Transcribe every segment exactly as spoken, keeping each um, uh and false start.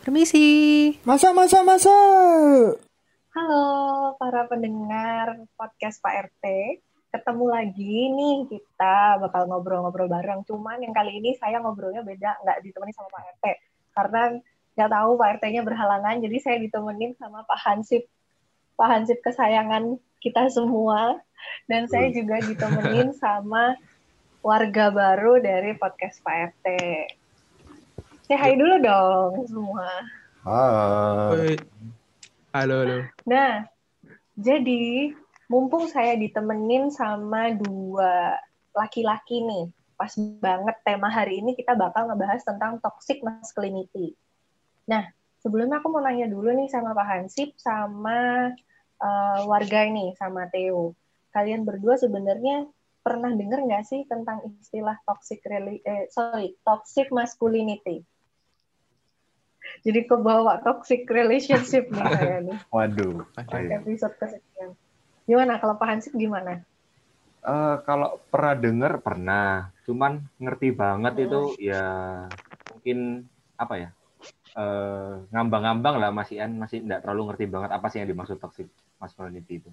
Permisi. Masa, masa, masa. Halo para pendengar podcast Pak R T. Ketemu lagi nih, kita bakal ngobrol-ngobrol bareng. Cuman yang kali ini saya ngobrolnya beda, nggak ditemani sama Pak R T. Karena nggak tahu Pak R T-nya berhalangan, jadi saya ditemenin sama Pak Hansip. Pak Hansip kesayangan kita semua. Dan saya juga ditemenin sama warga baru dari podcast Pak R T. Say hi dulu dong semua. Hai. Halo, halo. Nah, jadi mumpung saya ditemenin sama dua laki-laki nih, pas banget tema hari ini kita bakal ngebahas tentang toxic masculinity. Nah, sebelumnya aku mau nanya dulu nih sama Pak Hansip, sama uh, warga ini, sama Theo. Kalian berdua sebenarnya pernah dengar nggak sih tentang istilah toxic reli- eh, sorry, toxic masculinity? Jadi kebawa toxic relationship nih saya nih. Waduh. Episode kesekian. Gimana kalau Pak Hansip gimana? Uh, kalau pernah dengar pernah, cuman ngerti banget Hmm. itu ya mungkin apa ya uh, ngambang-ngambang lah Mas Ian, masih tidak terlalu ngerti banget apa sih yang dimaksud toxic masculinity itu.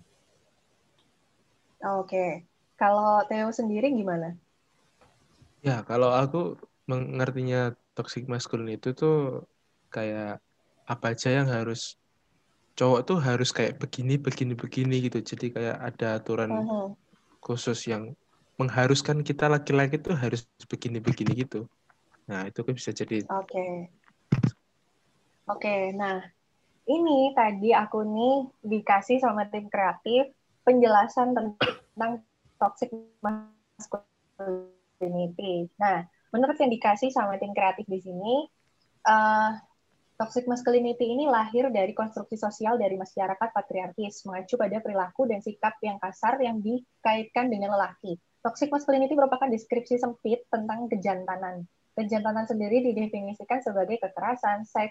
Oke, okay. Kalau Theo sendiri gimana? Ya, kalau aku mengertinya toxic masculinity itu tuh kayak apa aja yang harus cowok tuh harus kayak begini, begini, begini gitu. Jadi kayak ada aturan Uh-huh. khusus yang mengharuskan kita laki-laki tuh harus begini, begini gitu. Nah, itu kan bisa jadi. Oke, okay. Oke. Okay, nah ini tadi aku nih dikasih sama tim kreatif penjelasan tentang toxic masculinity. Nah, menurut yang dikasih sama tim kreatif di sini, uh, toxic masculinity ini lahir dari konstruksi sosial dari masyarakat patriarkis, mengacu pada perilaku dan sikap yang kasar yang dikaitkan dengan lelaki. Toxic masculinity merupakan deskripsi sempit tentang kejantanan. Kejantanan sendiri didefinisikan sebagai kekerasan, seks,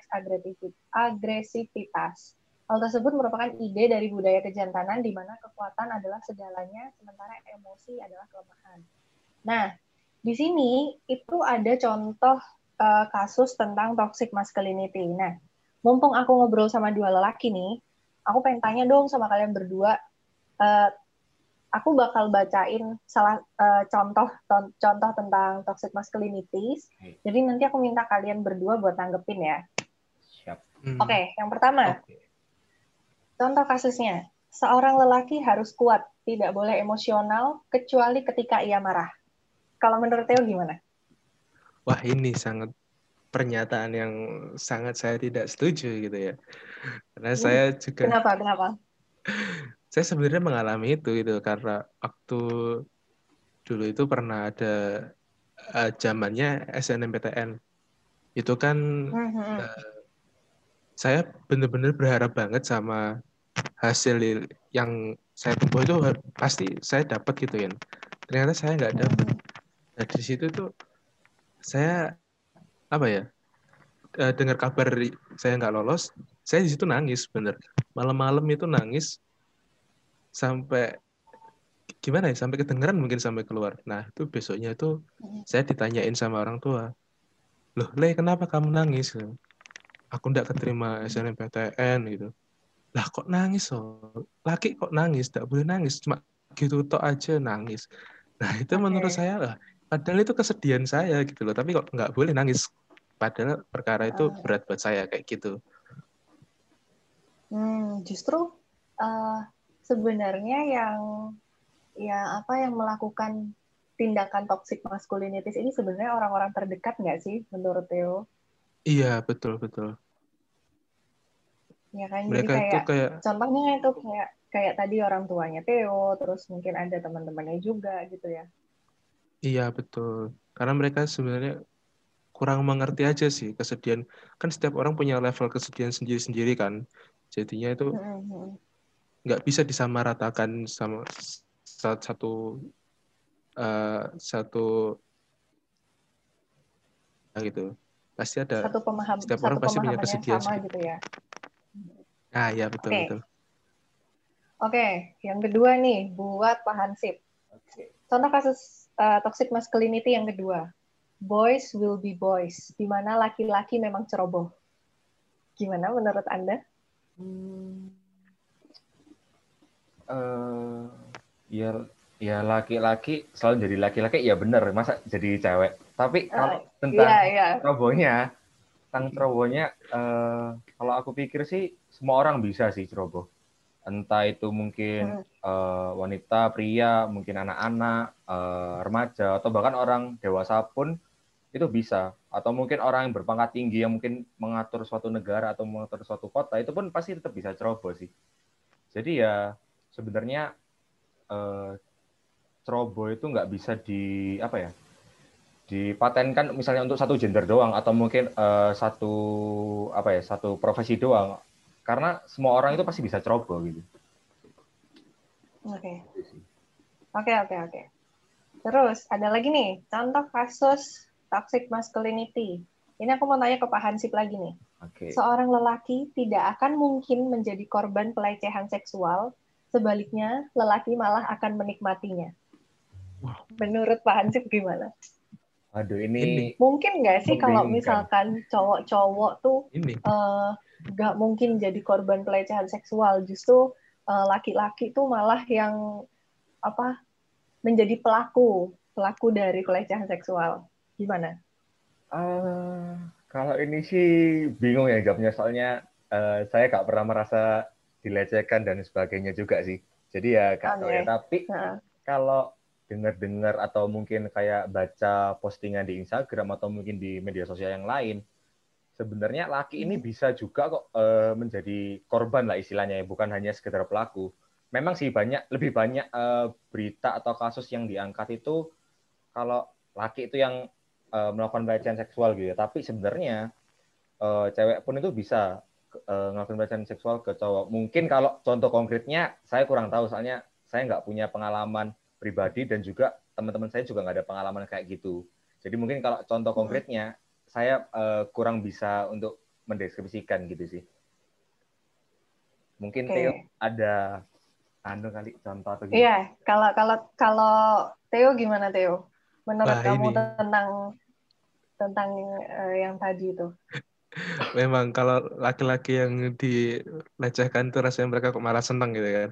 agresivitas. Hal tersebut merupakan ide dari budaya kejantanan di mana kekuatan adalah segalanya, sementara emosi adalah kelemahan. Nah, di sini itu ada contoh uh, kasus tentang toxic masculinity. Nah, mumpung aku ngobrol sama dua lelaki nih, aku pengen tanya dong sama kalian berdua. Uh, aku bakal bacain salah uh, contoh ton, contoh tentang toxic masculinity. Jadi nanti aku minta kalian berdua buat tanggepin ya. Siap. Hmm. Oke, okay, yang pertama. Okay. Contoh kasusnya, seorang lelaki harus kuat, tidak boleh emosional, kecuali ketika ia marah. Kalau menurut Theo gimana? Wah, ini sangat pernyataan yang sangat saya tidak setuju gitu ya. Karena hmm. saya juga... Kenapa? Kenapa? Saya sebenarnya mengalami itu gitu karena waktu dulu itu pernah ada uh, zamannya S N M P T N. Itu kan hmm. uh, saya benar-benar berharap banget sama hasil yang saya tempuh itu pasti saya dapat gitu ya. Ternyata saya nggak dapat. Nah di situ tuh saya apa ya uh, dengar kabar saya nggak lolos, saya di situ nangis bener. Malam-malam itu nangis sampai gimana ya, sampai kedengeran mungkin sampai keluar. Nah itu besoknya itu saya ditanyain sama orang tua, loh Le kenapa kamu nangis? Aku nggak keterima S N M P T N gitu. Lah kok nangis oh? Laki kok nangis? Nggak boleh nangis, cuma gitu tok aja nangis. Nah itu okay. Menurut saya lah, padahal itu kesedihan saya gitu loh, tapi kok nggak boleh nangis. Padahal perkara itu berat buat saya kayak gitu. Hmm, justru uh, sebenarnya yang yang apa yang melakukan tindakan toxic masculinity ini sebenarnya orang-orang terdekat nggak sih menurut Theo? Iya betul betul. Ya kan, mereka jadi kayak, itu kayak contohnya itu kayak kayak tadi orang tuanya Theo, terus mungkin ada teman-temannya juga gitu ya. Iya betul, karena mereka sebenarnya kurang mengerti aja sih kesedihan. Kan setiap orang punya level kesedihan sendiri-sendiri kan. Jadinya itu nggak bisa disamaratakan sama satu uh, satu gitu. Pasti ada satu pemaham setiap satu orang pasti punya pemahaman yang kesedihan sama sendiri. gitu ya. Ah ya betul okay. betul. Oke, okay. Yang kedua nih buat Pak Hansip. Contoh kasus uh, toxic masculinity yang kedua. Boys will be boys, di mana laki-laki memang ceroboh. Gimana menurut Anda? Hmm. Uh, ya ya laki-laki selalu jadi laki-laki ya bener, masa jadi cewek. Tapi kalau Uh, tentang iya, iya. cerobohnya, tentang cerobohnya, uh, kalau aku pikir sih semua orang bisa sih ceroboh. Entah itu mungkin Hmm. uh, wanita, pria, mungkin anak-anak, uh, remaja, atau bahkan orang dewasa pun itu bisa. Atau mungkin orang yang berpangkat tinggi yang mungkin mengatur suatu negara atau mengatur suatu kota, itu pun pasti tetap bisa ceroboh sih. Jadi ya sebenarnya eh, ceroboh itu nggak bisa di apa ya dipatenkan misalnya untuk satu gender doang atau mungkin eh, satu apa ya satu profesi doang, karena semua orang itu pasti bisa ceroboh gitu. Oke, oke, oke, oke. Terus ada lagi nih contoh kasus toxic masculinity. Ini aku mau tanya ke Pak Hansip lagi nih. Okay. Seorang lelaki tidak akan mungkin menjadi korban pelecehan seksual, sebaliknya lelaki malah akan menikmatinya. Wow. Menurut Pak Hansip gimana? Aduh ini mungkin nggak sih kalau misalkan cowok-cowok tuh nggak uh, mungkin jadi korban pelecehan seksual, justru uh, laki-laki tuh malah yang apa menjadi pelaku pelaku dari pelecehan seksual. Gimana? Uh, kalau ini sih bingung ya jawabnya, soalnya uh, saya nggak pernah merasa dilecehkan dan sebagainya juga sih. Jadi ya nggak tahu ya. Tapi uh. kalau dengar-dengar atau mungkin kayak baca postingan di Instagram atau mungkin di media sosial yang lain, sebenarnya laki ini bisa juga kok uh, menjadi korban lah istilahnya ya, bukan hanya sekedar pelaku. Memang sih banyak lebih banyak uh, berita atau kasus yang diangkat itu kalau laki itu yang uh, melakukan pelecehan seksual gitu ya. Tapi sebenarnya uh, cewek pun itu bisa uh, melakukan pelecehan seksual ke cowok. Mungkin kalau contoh konkretnya saya kurang tahu, soalnya saya nggak punya pengalaman pribadi dan juga teman-teman saya juga nggak ada pengalaman kayak gitu. Jadi mungkin kalau contoh konkretnya saya uh, kurang bisa untuk mendeskripsikan gitu sih. Mungkin okay. Theo ada anu kali contoh atau gimana? Iya, kalau kalau kalau Theo gimana Theo? Menurut Wah, kamu ini. tentang tentang uh, yang tadi itu? Memang kalau laki-laki yang dilecehkan itu rasanya mereka kok malah senang gitu kan.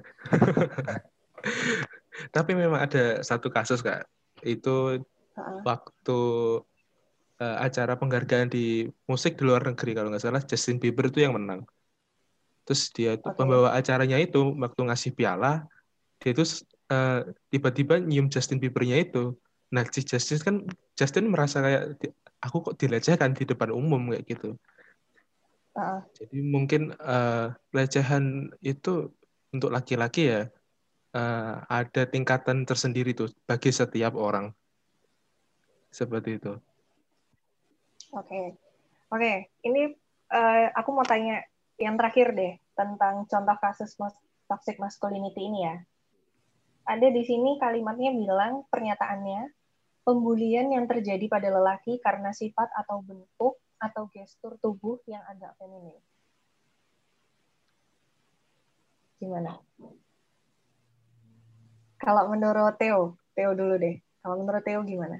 Tapi memang ada satu kasus Kak, itu uh-uh. waktu uh, acara penghargaan di musik di luar negeri, kalau nggak salah Justin Bieber itu yang menang. Terus dia itu okay. pembawa acaranya itu waktu ngasih piala, dia itu uh, tiba-tiba nyium Justin Bieber-nya itu. Nah si Justin kan Justin merasa kayak aku kok dilecehkan di depan umum kayak gitu. Uh. Jadi mungkin uh, pelecehan itu untuk laki-laki ya uh, ada tingkatan tersendiri tuh bagi setiap orang. Seperti itu. Oke, okay. oke. Okay. Ini uh, aku mau tanya yang terakhir deh tentang contoh kasus mas- toxic masculinity ini ya. Ada di sini kalimatnya bilang pernyataannya pembulian yang terjadi pada lelaki karena sifat atau bentuk atau gestur tubuh yang agak feminin. Gimana? Kalau menurut Theo, Theo dulu deh. Kalau menurut Theo gimana?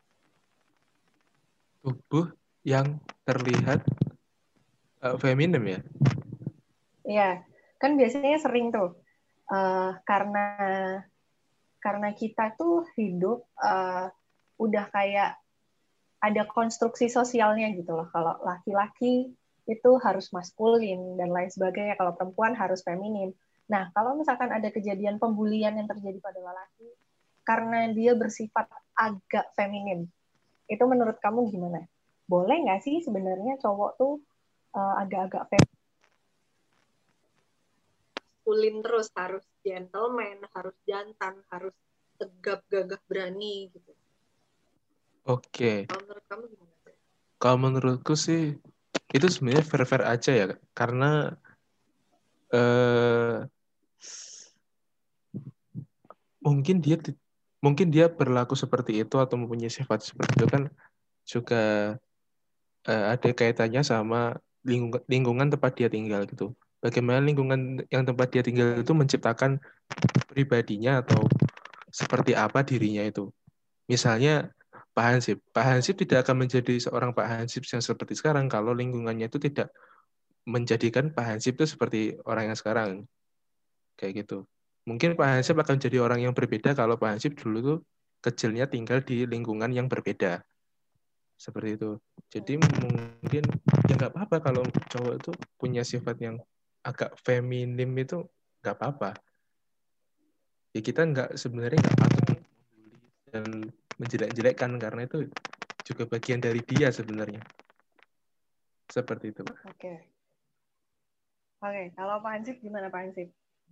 Tubuh yang terlihat uh, feminim ya? Iya, kan biasanya sering tuh uh, karena karena kita tuh hidup uh, udah kayak ada konstruksi sosialnya gitu loh. Kalau laki-laki itu harus maskulin dan lain sebagainya. Kalau perempuan harus feminin. Nah, kalau misalkan ada kejadian pembulian yang terjadi pada lelaki karena dia bersifat agak feminin, itu menurut kamu gimana? Boleh nggak sih sebenarnya cowok tuh uh, agak-agak feminin? Maskulin terus, harus gentleman, harus jantan, harus tegap, gagah, berani gitu. Oke. Kalau menurut kamu gimana? Kalau menurutku sih itu sebenarnya fair-fair aja ya, karena eh, mungkin dia mungkin dia berlaku seperti itu atau mempunyai sifat seperti itu kan juga eh, ada kaitannya sama lingkungan, lingkungan tempat dia tinggal gitu. Bagaimana lingkungan yang tempat dia tinggal itu menciptakan pribadinya atau seperti apa dirinya itu. Misalnya Pak Hansip, Pak Hansip tidak akan menjadi seorang Pak Hansip yang seperti sekarang kalau lingkungannya itu tidak menjadikan Pak Hansip itu seperti orang yang sekarang. Kayak gitu. Mungkin Pak Hansip akan jadi orang yang berbeda kalau Pak Hansip dulu tuh kecilnya tinggal di lingkungan yang berbeda. Seperti itu. Jadi mungkin ya nggak apa-apa kalau cowok itu punya sifat yang agak feminim itu nggak apa-apa. Ya kita nggak sebenarnya nggak patut membuli dan menjelek-jelekkan karena itu juga bagian dari dia sebenarnya. Seperti itu, Pak. Oke. Oke, kalau Pak Hansip gimana Pak Hansip?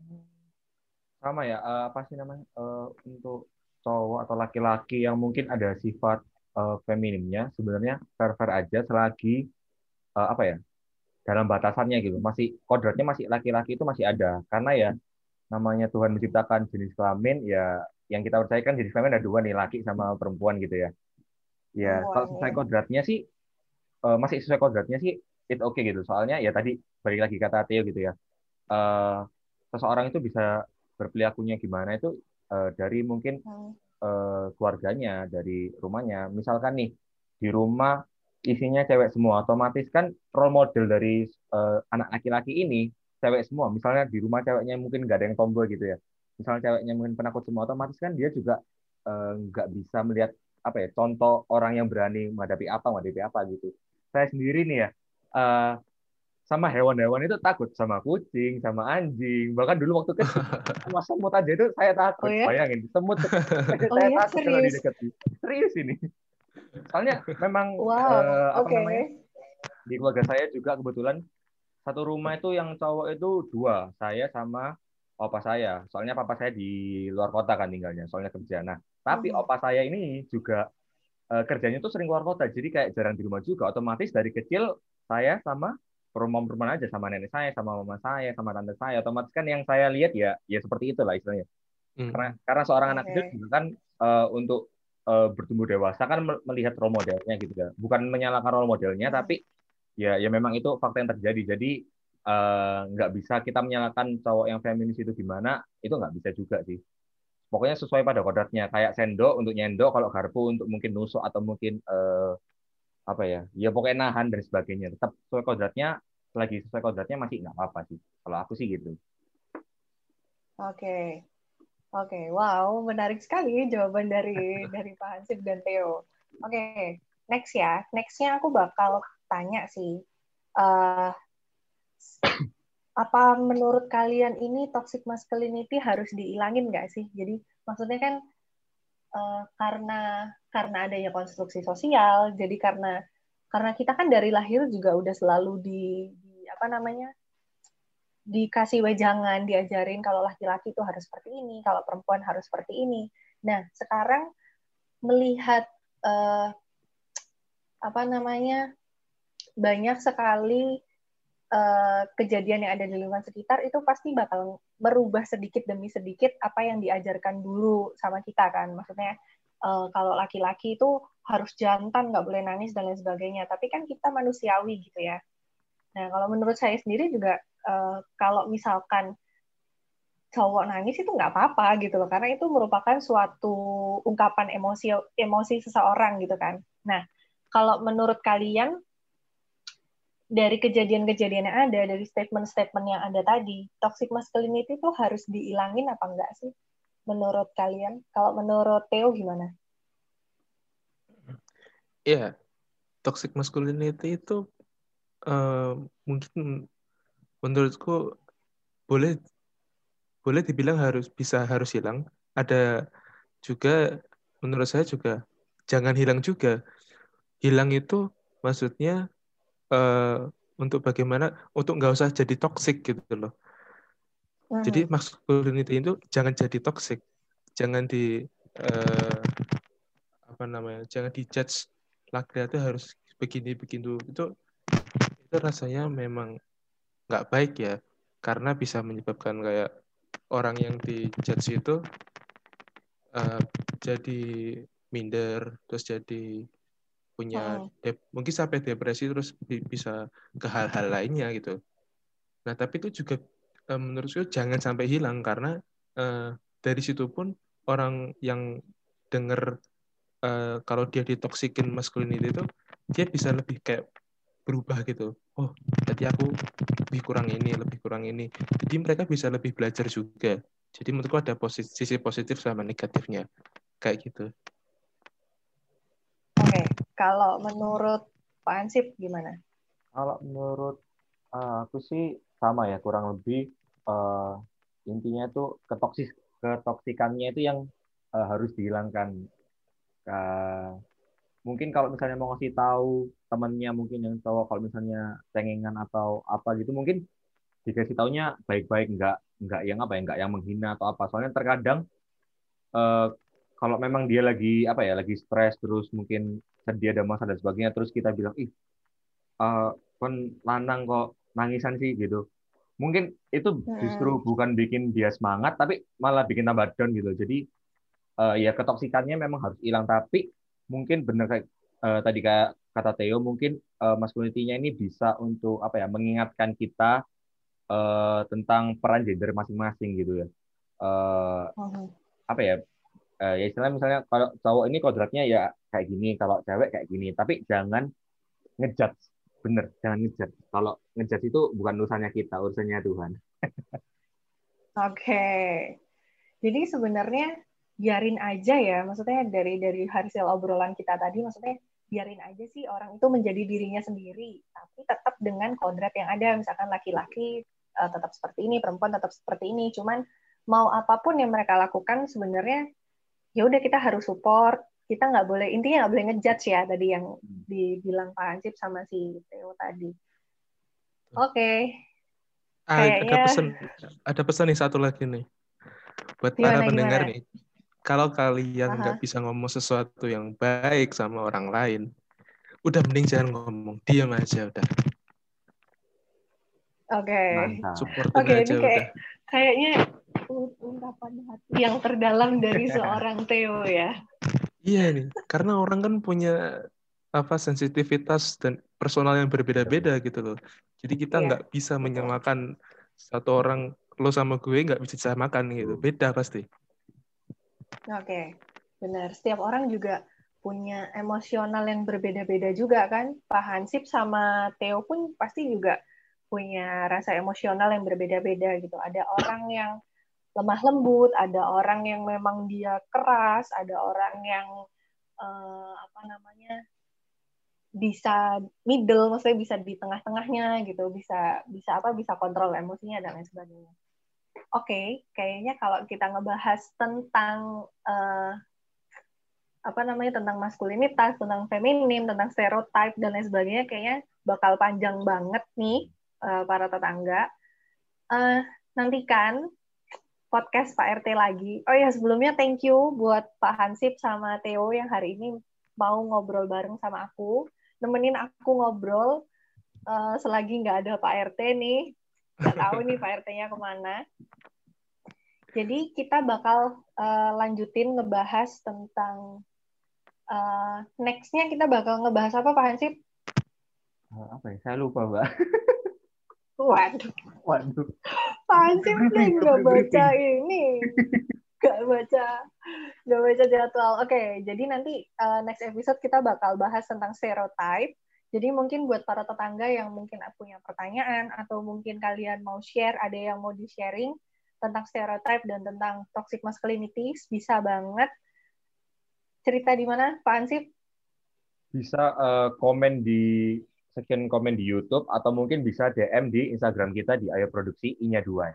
Sama ya, uh, apa sih namanya? Uh, untuk cowok atau laki-laki yang mungkin ada sifat uh, feminimnya, sebenarnya fair-fair aja selagi uh, apa ya? Dalam batasannya gitu. Masih kodratnya masih laki-laki itu masih ada. Karena ya namanya Tuhan menciptakan jenis kelamin ya yang kita percaya kan jenis kelamin ada dua nih, laki sama perempuan gitu ya. Ya, kalau sesuai kodratnya sih uh, masih sesuai kodratnya sih it oke okay gitu. Soalnya ya tadi balik lagi kata Theo gitu ya. Uh, seseorang itu bisa berperilakunya gimana itu uh, dari mungkin uh, keluarganya, dari rumahnya. Misalkan nih di rumah isinya cewek semua, otomatis kan role model dari uh, anak laki-laki ini cewek semua. Misalnya di rumah ceweknya mungkin nggak ada yang tomboy gitu ya. Misalnya ceweknya mungkin penakut semua, otomatis kan dia juga uh, nggak bisa melihat apa ya contoh orang yang berani menghadapi apa, menghadapi apa gitu. Saya sendiri nih ya. Uh, sama hewan-hewan itu takut, sama kucing, sama anjing. Bahkan dulu waktu kecil sama semut aja itu saya takut. Oh, ya? Bayangin, semut oh, saya ya? takut kalau Serius? didekati. Serius ini. Soalnya memang wow. eh, apa okay. namanya? Di keluarga saya juga kebetulan satu rumah itu yang cowok itu dua, saya sama opa saya. Soalnya papa saya di luar kota kan tinggalnya, soalnya kerja. Nah, tapi uh-huh. opa saya ini juga eh, kerjanya tuh sering keluar kota, jadi kayak jarang di rumah juga. Otomatis dari kecil saya sama perempuan-perempuan aja, sama nenek saya, sama mama saya, sama tante saya. Otomatis kan yang saya lihat ya, ya seperti itulah istilahnya. Hmm. Karena karena seorang okay. anak kecil juga kan uh, untuk uh, bertumbuh dewasa kan melihat role modelnya gitu ya. Bukan menyalahkan role modelnya, hmm. tapi ya ya memang itu fakta yang terjadi. Jadi nggak uh, bisa kita menyalahkan cowok yang feminis itu gimana, itu nggak bisa juga sih. Pokoknya sesuai pada kodratnya. Kayak sendok untuk nyendok, kalau garpu untuk mungkin nusuk atau mungkin uh, apa ya, ya pokoknya nahan dan sebagainya. Tetap sesuai kodratnya, selagi sesuai kodratnya masih nggak apa-apa sih. Kalau aku sih gitu. Oke. Okay. Oke, okay. Wow, menarik sekali jawaban dari dari Pak Hansip dan Theo. Oke, okay. Next ya. Next-nya aku bakal tanya sih. Uh, apa menurut kalian ini toxic masculinity harus dihilangin nggak sih? Jadi maksudnya kan uh, karena karena adanya konstruksi sosial, jadi karena karena kita kan dari lahir juga udah selalu di, di apa namanya dikasih wejangan, diajarin kalau laki-laki itu harus seperti ini, kalau perempuan harus seperti ini. Nah sekarang melihat uh, apa namanya banyak sekali Uh, kejadian yang ada di lingkungan sekitar itu pasti bakal merubah sedikit demi sedikit apa yang diajarkan dulu sama kita kan. Maksudnya uh, kalau laki-laki itu harus jantan, nggak boleh nangis dan lain sebagainya. Tapi kan kita manusiawi gitu ya. Nah kalau menurut saya sendiri juga uh, kalau misalkan cowok nangis itu nggak apa-apa gitu loh, karena itu merupakan suatu ungkapan emosi emosi seseorang gitu kan. Nah kalau menurut kalian dari kejadian-kejadian yang ada, dari statement-statement yang ada tadi, toxic masculinity itu harus diilangin apa enggak sih? Menurut kalian? Kalau menurut Theo gimana? Iya, toxic masculinity itu uh, mungkin menurutku boleh boleh dibilang harus bisa harus hilang. Ada juga menurut saya juga jangan hilang juga. Hilang itu maksudnya uh, untuk bagaimana untuk nggak usah jadi toxic gitu loh. Uh-huh. Jadi masculinity itu jangan jadi toxic, jangan di uh, apa namanya, jangan dijudge laki-laki harus begini begitu itu itu rasanya memang nggak baik ya, karena bisa menyebabkan kayak orang yang dijudge itu uh, jadi minder, terus jadi punya dep, mungkin sampai depresi, terus bisa ke hal-hal lainnya gitu. Nah tapi itu juga uh, menurutku jangan sampai hilang, karena uh, dari situ pun orang yang dengar uh, kalau dia ditoksikin masculinity itu dia bisa lebih kayak berubah gitu. Oh, berarti aku lebih kurang ini, lebih kurang ini. Jadi mereka bisa lebih belajar juga. Jadi menurutku ada posit- sisi positif sama negatifnya. Kayak gitu. Oke, okay. Kalau menurut Pak Ansip gimana? Kalau menurut uh, aku sih sama ya, kurang lebih uh, intinya itu ketoksis ketoksikannya itu yang uh, harus dihilangkan. Uh, mungkin kalau misalnya mau ngasih tahu temennya mungkin yang cowok kalau misalnya cengengan atau apa gitu mungkin dikasih taunya baik-baik, nggak nggak yang apa ya, nggak yang menghina atau apa. Soalnya terkadang uh, kalau memang dia lagi apa ya, lagi stres terus mungkin sedih ada masalah dan sebagainya, terus kita bilang ih uh, kon lanang kok nangisan sih gitu. Mungkin itu justru Hmm. bukan bikin dia semangat, tapi malah bikin tambah down gitu. Jadi uh, ya ketoksikannya memang harus hilang, tapi mungkin benar kayak uh, tadi kayak kata Theo, mungkin uh, masculinity-nya ini bisa untuk apa ya, mengingatkan kita uh, tentang peran gender masing-masing gitu ya. Uh, Uh-huh. apa ya? Uh, ya istilahnya misalnya kalau cowok ini kodratnya ya kayak gini, kalau cewek kayak gini, tapi jangan ngejudge. Bener, jangan ngejudge. Kalau ngejudge itu bukan urusannya kita, urusannya Tuhan. Oke. Okay. Jadi sebenarnya biarin aja ya, maksudnya dari dari hasil obrolan kita tadi, maksudnya biarin aja sih orang itu menjadi dirinya sendiri, tapi tetap dengan kodrat yang ada, misalkan laki-laki uh, tetap seperti ini, perempuan tetap seperti ini, cuman mau apapun yang mereka lakukan sebenarnya ya udah kita harus support, kita nggak boleh, intinya nggak boleh ngejudge ya tadi yang dibilang Pak Hansip sama si Theo tadi. Oke, okay. Ah, Kayaknya ada pesan, ada pesan nih satu lagi nih buat para gimana pendengar gimana? nih. Kalau kalian nggak Aha. bisa ngomong sesuatu yang baik sama orang lain, udah mending jangan ngomong, diam aja udah. Oke, okay. Supportin Oke, okay, aja ini kayak udah. kayaknya ungkapan hati yang terdalam dari seorang Theo ya. Iya nih, karena orang kan punya apa sensitivitas dan personal yang berbeda-beda gitu loh. Jadi kita Iya, nggak bisa betul. menyamakan satu orang, lo sama gue nggak bisa disamakan gitu, beda pasti. Oke, okay. Benar. Setiap orang juga punya emosional yang berbeda-beda juga kan. Pak Hansip sama Theo pun pasti juga punya rasa emosional yang berbeda-beda gitu. Ada orang yang lemah lembut, ada orang yang memang dia keras, ada orang yang uh, apa namanya bisa middle, maksudnya bisa di tengah-tengahnya gitu, bisa bisa apa bisa kontrol emosinya dan lain sebagainya. Oke, okay, kayaknya kalau kita ngebahas tentang uh, apa namanya tentang maskulinitas, tentang feminim, tentang stereotype dan lain sebagainya, kayaknya bakal panjang banget nih uh, para tetangga. Uh, nantikan podcast Pak R T lagi. Oh ya, sebelumnya thank you buat Pak Hansip sama Theo yang hari ini mau ngobrol bareng sama aku, nemenin aku ngobrol uh, selagi nggak ada Pak R T nih. Nggak tahu nih Pak R T-nya kemana. Jadi kita bakal uh, lanjutin ngebahas tentang uh, next-nya kita bakal ngebahas apa Pak Hansip? Uh, apa ya? Saya lupa, Mbak. Waduh. Waduh. Pak Hansip nih nggak baca ini. Nggak baca nggak baca jadwal. Oke, okay, jadi nanti uh, next episode kita bakal bahas tentang stereotype. Jadi mungkin buat para tetangga yang mungkin punya pertanyaan atau mungkin kalian mau share, ada yang mau di-sharing tentang stereotype dan tentang toxic masculinity, bisa banget cerita di mana, Pak Hansip? Bisa uh, komen di section komen di YouTube atau mungkin bisa D M di Instagram kita di Ayo Produksi I-nya dua.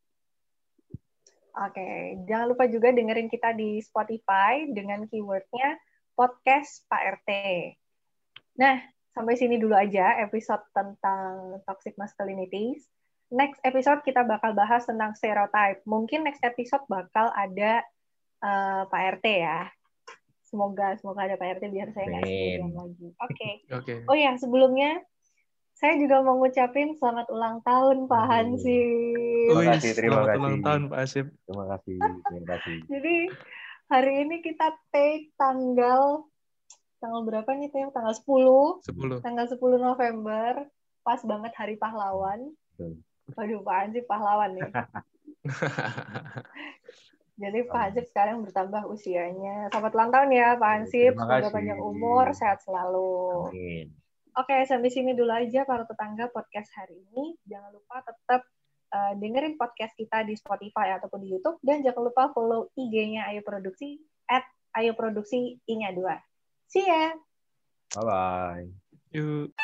Oke, okay. Jangan lupa juga dengerin kita di Spotify dengan keywordnya podcast Pak R T. Nah, sampai sini dulu aja episode tentang toxic masculinity. Next episode kita bakal bahas tentang stereotype. Mungkin next episode bakal ada uh, Pak R T ya. Semoga semoga ada Pak R T biar saya nggak sendirian lagi. Oke. Okay. Okay. Oh ya, sebelumnya saya juga mau ngucapin selamat ulang tahun Pak Hansip. Terima kasih, terima selamat kasih. ulang tahun Pak Hansip. Terima kasih, terima kasih. Jadi hari ini kita take tanggal tanggal berapa nih Teh? Tanggal sepuluh. sepuluh. Tanggal sepuluh November. Pas banget Hari Pahlawan. Betul. Waduh, Pak Hansip pahlawan nih. Jadi Pak Hansip sekarang bertambah usianya. Selamat ulang tahun ya Pak Hansip. Semoga panjang umur, sehat selalu. Amin. Oke, sampai sini dulu aja para tetangga podcast hari ini. Jangan lupa tetap uh, dengerin podcast kita di Spotify ataupun di YouTube. Dan jangan lupa follow I G-nya Ayo Produksi, at Ayo Produksi I-nya dua. See ya! Bye-bye. Yuk.